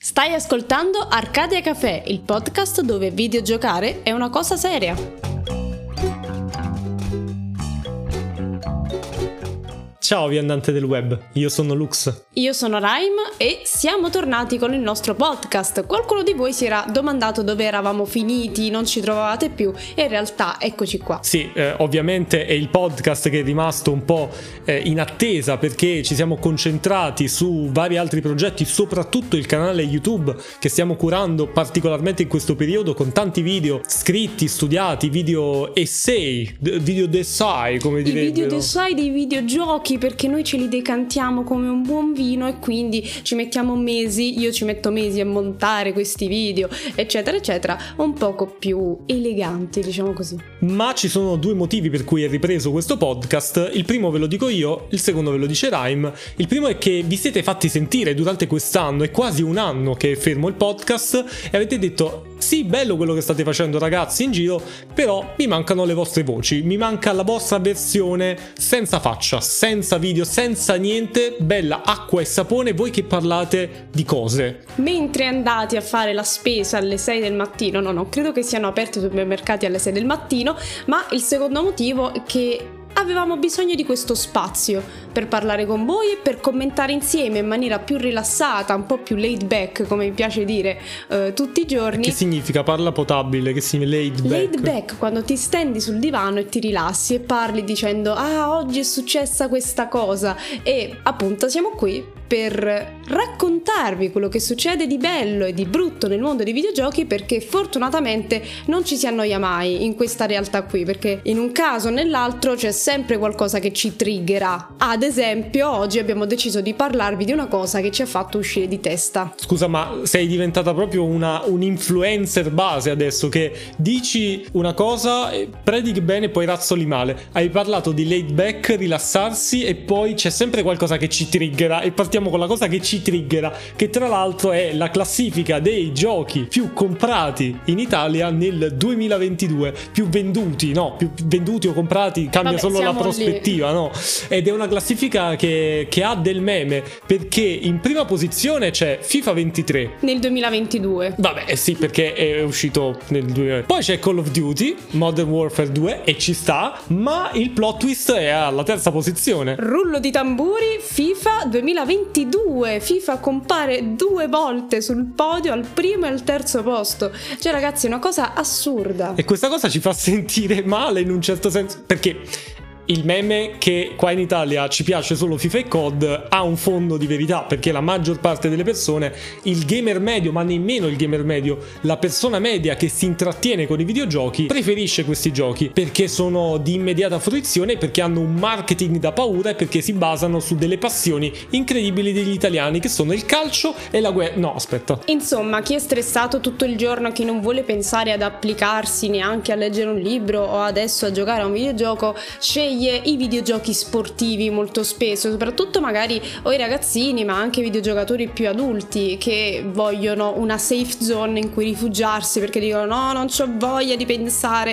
Stai ascoltando Arcadia Café, il podcast dove videogiocare è una cosa seria. Ciao viandante del web, io sono Lux. Io sono Rime e siamo tornati con il nostro podcast. Qualcuno di voi si era domandato dove eravamo finiti, non ci trovavate più e in realtà eccoci qua. Sì, ovviamente è il podcast che è rimasto un po' in attesa perché ci siamo concentrati su vari altri progetti, soprattutto il canale YouTube che stiamo curando particolarmente in questo periodo con tanti video scritti, studiati, video essay, video d'essai come direbbero. I video d'essai dei videogiochi, perché noi ce li decantiamo come un buon vino e quindi ci mettiamo mesi, io ci metto mesi a montare questi video, eccetera eccetera, un poco più eleganti, diciamo così. Ma ci sono due motivi per cui è ripreso questo podcast. Il primo ve lo dico io, il secondo ve lo dice Rime. Il primo è che vi siete fatti sentire durante quest'anno, è quasi un anno che è fermo il podcast e avete detto sì, bello quello che state facendo ragazzi in giro, però mi mancano le vostre voci, mi manca la vostra versione senza faccia, senza video, senza niente, bella acqua e sapone, voi che parlate di cose. Mentre andate a fare la spesa alle 6 del mattino, no, non credo che siano aperti i supermercati alle 6 del mattino, ma il secondo motivo è che avevamo bisogno di questo spazio per parlare con voi e per commentare insieme in maniera più rilassata, un po' più laid back, come mi piace dire tutti i giorni. Che significa parla potabile? Che significa laid back? Laid back, quando ti stendi sul divano e ti rilassi e parli dicendo oggi è successa questa cosa e appunto siamo qui per raccontarvi quello che succede di bello e di brutto nel mondo dei videogiochi, perché fortunatamente non ci si annoia mai in questa realtà qui, perché in un caso o nell'altro c'è sempre qualcosa che ci triggera. Ad esempio oggi abbiamo deciso di parlarvi di una cosa che ci ha fatto uscire di testa. Scusa, ma sei diventata proprio un influencer base adesso, che dici una cosa, predichi bene e poi razzoli male. Hai parlato di laid back, rilassarsi e poi c'è sempre qualcosa che ci triggera e partiamo con la cosa che ci triggera, che tra l'altro è la classifica dei giochi più comprati in Italia nel 2022, più venduti o comprati, cambia solo la prospettiva, lì. No? Ed è una classifica che ha del meme, perché in prima posizione c'è FIFA 23 nel 2022. Vabbè, sì, perché è uscito nel 2000. Poi c'è Call of Duty Modern Warfare 2 e ci sta, ma il plot twist è alla terza posizione. Rullo di tamburi, FIFA 2022. FIFA compare 2 volte sul podio, al primo e al terzo posto. Cioè ragazzi, è una cosa assurda. E questa cosa ci fa sentire male in un certo senso, perché il meme che qua in Italia ci piace solo FIFA e COD ha un fondo di verità, perché la maggior parte delle persone, il gamer medio, ma nemmeno il gamer medio, la persona media che si intrattiene con i videogiochi, preferisce questi giochi perché sono di immediata fruizione, perché hanno un marketing da paura e perché si basano su delle passioni incredibili degli italiani, che sono il calcio e la guerra. No, aspetta. Insomma, chi è stressato tutto il giorno, chi non vuole pensare ad applicarsi neanche a leggere un libro o adesso a giocare a un videogioco, sceglie i videogiochi sportivi molto spesso, soprattutto magari o i ragazzini, ma anche i videogiocatori più adulti che vogliono una safe zone in cui rifugiarsi perché dicono no, non c'ho voglia di pensare.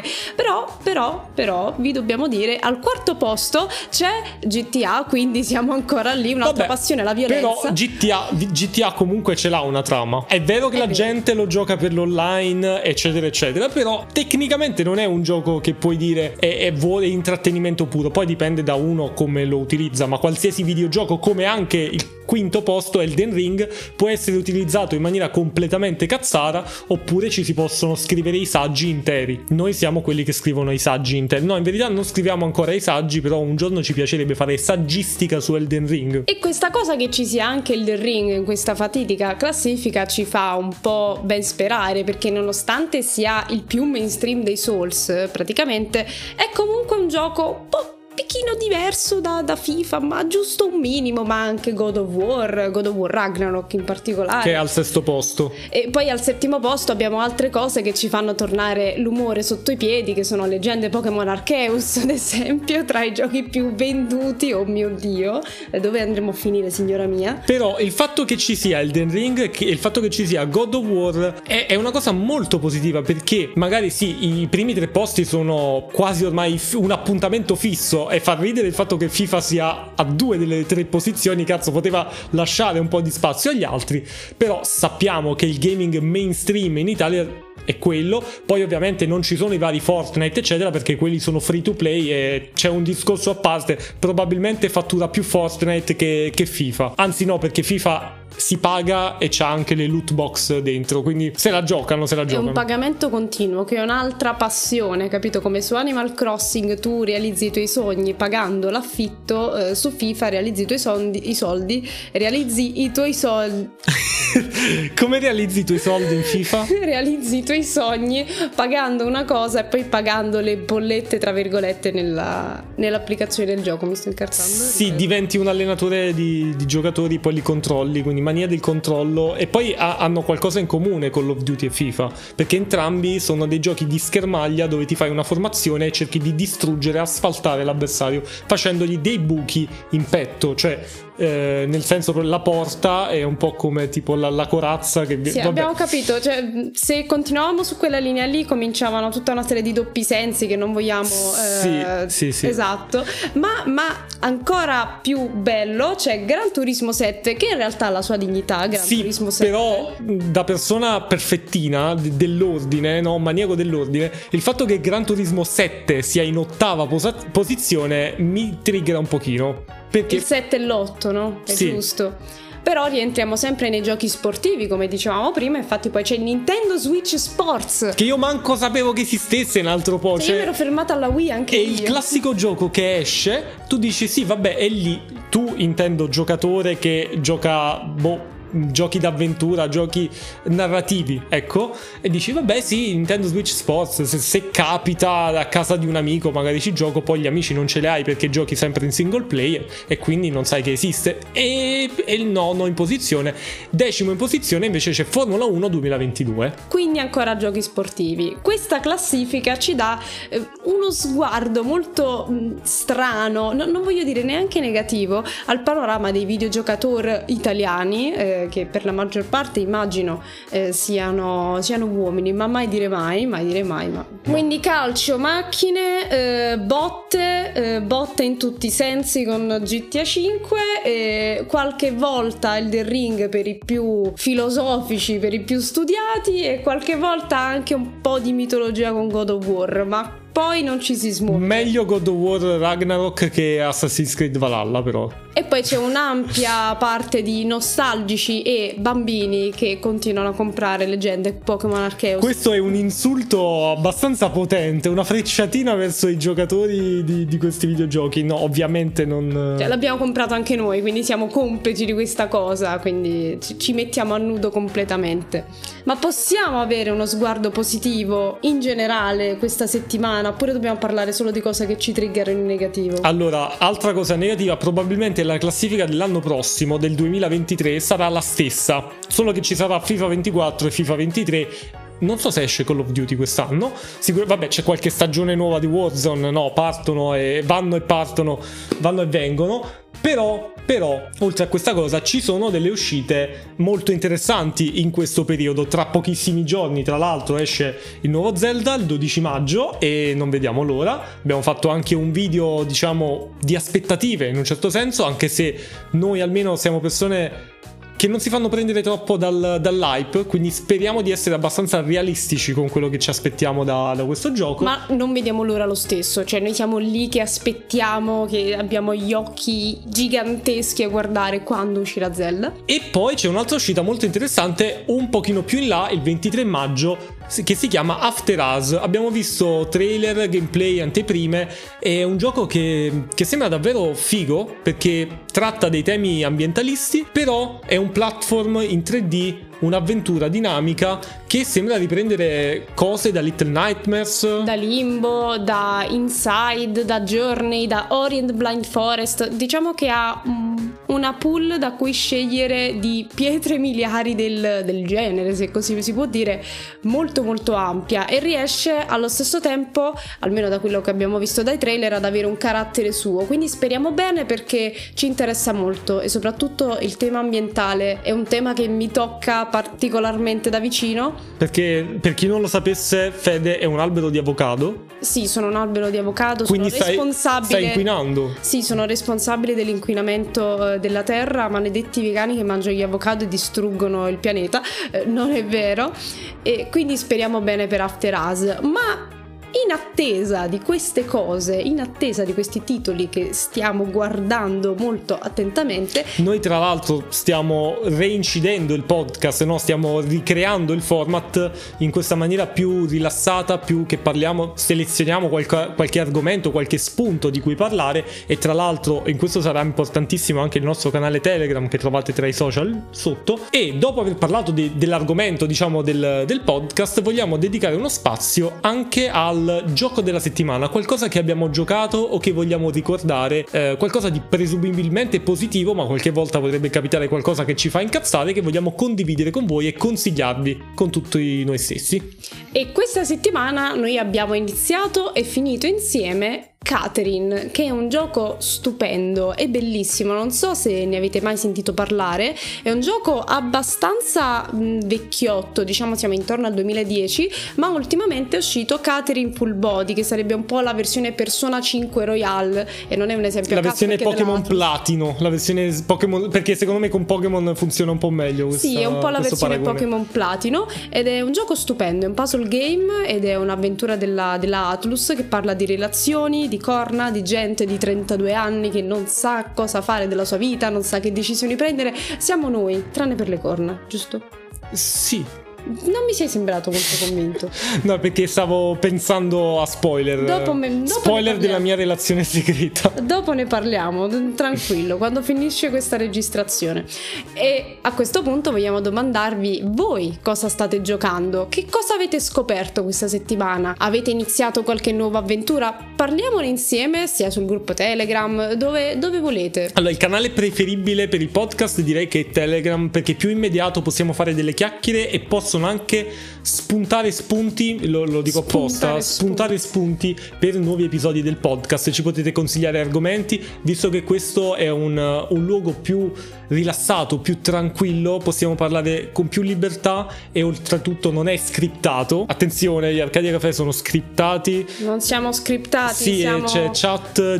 Però vi dobbiamo dire, al quarto posto c'è GTA, quindi siamo ancora lì, un'altra passione, la violenza. Però GTA comunque ce l'ha una trama. È vero che la gente lo gioca per l'online, eccetera eccetera, però tecnicamente non è un gioco che puoi dire è intrattenimento puro. Poi dipende da uno come lo utilizza, ma qualsiasi videogioco, come anche il quinto posto Elden Ring, può essere utilizzato in maniera completamente cazzara, oppure ci si possono scrivere i saggi interi. Noi siamo quelli che scrivono i saggi interi. No, in verità non scriviamo ancora i saggi, però un giorno ci piacerebbe fare saggistica su Elden Ring. E questa cosa che ci sia anche Elden Ring in questa fatidica classifica ci fa un po' ben sperare, perché nonostante sia il più mainstream dei Souls praticamente, è comunque un gioco un po' pochino diverso da FIFA, ma giusto un minimo, ma anche God of War Ragnarok in particolare, che è al sesto posto. E poi al settimo posto abbiamo altre cose che ci fanno tornare l'umore sotto i piedi, che sono Leggende Pokémon Arceus, ad esempio, tra i giochi più venduti. Oh mio Dio, dove andremo a finire, signora mia? Però il fatto che ci sia Elden Ring e il fatto che ci sia God of War è una cosa molto positiva, perché magari sì, i primi 3 posti sono quasi ormai un appuntamento fisso no? E fa ridere il fatto che FIFA sia a 2 delle 3 posizioni, cazzo, poteva lasciare un po' di spazio agli altri, però sappiamo che il gaming mainstream in Italia è quello. Poi ovviamente non ci sono i vari Fortnite eccetera, perché quelli sono free to play e c'è un discorso a parte. Probabilmente fattura più Fortnite che FIFA, anzi no, perché FIFA si paga e c'ha anche le loot box dentro, quindi se la giocano. È un pagamento continuo, che è un'altra passione, capito? Come su Animal Crossing tu realizzi i tuoi sogni pagando l'affitto, su FIFA realizzi i soldi, realizzi i tuoi soldi. Come realizzi i tuoi soldi in FIFA? Realizzi i tuoi sogni pagando una cosa e poi pagando le bollette tra virgolette nell'applicazione del gioco. Mi sto incazzando? Sì, diventi un allenatore di giocatori, poi li controlli, quindi mania del controllo. E poi hanno qualcosa in comune Call of Duty e FIFA, perché entrambi sono dei giochi di schermaglia dove ti fai una formazione e cerchi di distruggere, asfaltare l'avversario facendogli dei buchi in petto, cioè nel senso la porta è un po' come tipo la corazza che... Sì, vabbè. Abbiamo capito, cioè se continuavamo su quella linea lì cominciavano tutta una serie di doppi sensi che non vogliamo sì. Esatto, ma ancora più bello c'è Gran Turismo 7, che in realtà ha la sua dignità. Turismo 7, però da persona perfettina dell'ordine, no, maniaco dell'ordine, il fatto che Gran Turismo 7 sia in 8ª posizione mi triggera un pochino, perché il 7 e l'8, no? È sì, giusto. Però rientriamo sempre nei giochi sportivi, come dicevamo prima. Infatti poi c'è il Nintendo Switch Sports, che io manco sapevo che esistesse un altro po'. Io mi ero fermata alla Wii anche è io. Il classico gioco che esce, tu dici sì vabbè è lì, tu intendo giocatore che gioca giochi d'avventura, giochi narrativi, ecco, e dici vabbè sì, Nintendo Switch Sports, se capita a casa di un amico magari ci gioco, poi gli amici non ce li hai perché giochi sempre in single player e quindi non sai che esiste. E il nono in posizione, 10º in posizione invece c'è Formula 1 2022, quindi ancora giochi sportivi. Questa classifica ci dà uno sguardo molto strano, non voglio dire neanche negativo, al panorama dei videogiocatori italiani, che per la maggior parte immagino siano uomini, ma mai dire mai. Quindi calcio, macchine, botte in tutti i sensi con GTA 5, qualche volta Elden Ring per i più filosofici, per i più studiati, e qualche volta anche un po' di mitologia con God of War, ma poi non ci si smuove. Meglio God of War Ragnarok che Assassin's Creed Valhalla, però. E poi c'è un'ampia parte di nostalgici e bambini che continuano a comprare leggende Pokémon Arceus. Questo è un insulto abbastanza potente, una frecciatina verso i giocatori di questi videogiochi. No, ovviamente non... Cioè, l'abbiamo comprato anche noi, quindi siamo complici di questa cosa, quindi ci mettiamo a nudo completamente. Ma possiamo avere uno sguardo positivo in generale questa settimana, oppure dobbiamo parlare solo di cose che ci triggerano in negativo? Allora, altra cosa negativa, probabilmente la classifica dell'anno prossimo, del 2023, sarà la stessa, solo che ci sarà FIFA 24 e FIFA 23. Non so se esce Call of Duty quest'anno. Vabbè, c'è qualche stagione nuova di Warzone, no? Partono e vanno e partono, vanno e vengono. Però, oltre a questa cosa, ci sono delle uscite molto interessanti in questo periodo. Tra pochissimi giorni, tra l'altro, esce il nuovo Zelda, il 12 maggio, e non vediamo l'ora. Abbiamo fatto anche un video, diciamo, di aspettative, in un certo senso, anche se noi almeno siamo persone che non si fanno prendere troppo dall'hype, quindi speriamo di essere abbastanza realistici con quello che ci aspettiamo da questo gioco. Ma non vediamo l'ora lo stesso, cioè noi siamo lì che aspettiamo, che abbiamo gli occhi giganteschi a guardare quando uscirà Zelda. E poi c'è un'altra uscita molto interessante un pochino più in là, il 23 maggio, che si chiama After Us. Abbiamo visto trailer, gameplay, anteprime. È un gioco che sembra davvero figo, perché tratta dei temi ambientalisti, però è un platform in 3D, un'avventura dinamica che sembra riprendere cose da Little Nightmares, da Limbo, da Inside, da Journey, da Ori and the Blind Forest. Diciamo che ha una pool da cui scegliere di pietre miliari del genere, se così si può dire, molto molto ampia, e riesce allo stesso tempo, almeno da quello che abbiamo visto dai trailer, ad avere un carattere suo. Quindi speriamo bene, perché ci interessa molto, e soprattutto il tema ambientale è un tema che mi tocca particolarmente da vicino. Perché per chi non lo sapesse, Fede è un albero di avocado. Sì, sono un albero di avocado, quindi sono responsabile. Stai inquinando. Sì, sono responsabile dell'inquinamento della terra, maledetti vegani che mangiano gli avocado e distruggono il pianeta. Non è vero. E quindi speriamo bene per After Us, ma in attesa di queste cose, in attesa di questi titoli che stiamo guardando molto attentamente, noi tra l'altro stiamo reincidendo il podcast, no? Stiamo ricreando il format in questa maniera più rilassata, più che parliamo, selezioniamo qualche argomento, qualche spunto di cui parlare, e tra l'altro in questo sarà importantissimo anche il nostro canale Telegram che trovate tra i social sotto. E dopo aver parlato dell'argomento, diciamo, del podcast, vogliamo dedicare uno spazio anche al gioco della settimana, qualcosa che abbiamo giocato o che vogliamo ricordare, qualcosa di presumibilmente positivo, ma qualche volta potrebbe capitare qualcosa che ci fa incazzare, che vogliamo condividere con voi e consigliarvi con tutti noi stessi. E questa settimana noi abbiamo iniziato e finito insieme Catherine, che è un gioco stupendo e bellissimo. Non so se ne avete mai sentito parlare. È un gioco abbastanza vecchiotto, diciamo siamo intorno al 2010, ma ultimamente è uscito Catherine Full Body, che sarebbe un po' la versione Persona 5 Royale, e non è un esempio la a caso, versione Pokémon Platino, la versione Pokémon, perché secondo me con Pokémon funziona un po' meglio questa, sì, è un po' la versione paragone. Pokémon Platino, ed è un gioco stupendo, è un puzzle game ed è un'avventura della Atlus che parla di relazioni, di corna, di gente di 32 anni che non sa cosa fare della sua vita, non sa che decisioni prendere. Siamo noi, tranne per le corna, giusto? Sì. Non mi sei sembrato molto convinto. No, perché stavo pensando a spoiler. Dopo spoiler della mia relazione segreta. Dopo ne parliamo, tranquillo, quando finisce questa registrazione. E a questo punto vogliamo domandarvi voi cosa state giocando, che cosa avete scoperto questa settimana, avete iniziato qualche nuova avventura? Parliamone insieme, sia sul gruppo Telegram, dove volete. Allora, il canale preferibile per il podcast direi che è Telegram, perché più immediato, possiamo fare delle chiacchiere e possono anche spuntare spunti, lo dico apposta, spuntare spunti per nuovi episodi del podcast. Ci potete consigliare argomenti, visto che questo è un luogo più rilassato, più tranquillo, possiamo parlare con più libertà e oltretutto non è scriptato. Attenzione, gli Arcadia Café sono scriptati. Non siamo scriptati, sì, siamo... c'è chat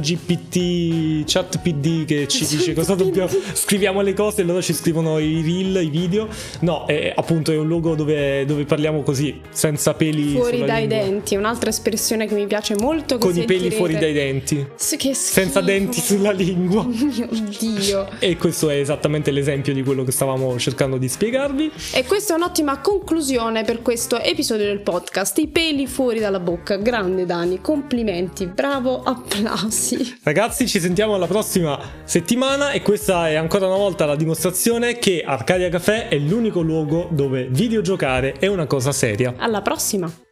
GPT, chat PD che ci dice cosa dobbiamo, scriviamo le cose e loro ci scrivono i reel, i video. No, appunto è un luogo dove parliamo così, senza peli fuori sulla dai lingua. Denti, è un'altra espressione che mi piace molto, che con sentirete. I peli fuori dai denti, che senza denti sulla lingua. Mio Dio. E questo è esattamente l'esempio di quello che stavamo cercando di spiegarvi. E questa è un'ottima conclusione per questo episodio del podcast. I peli fuori dalla bocca. Grande Dani, complimenti, bravo, applausi. Ragazzi, ci sentiamo alla prossima settimana e questa è ancora una volta la dimostrazione che Arcadia Café è l'unico luogo dove videogiocare è una cosa seria. Alla prossima.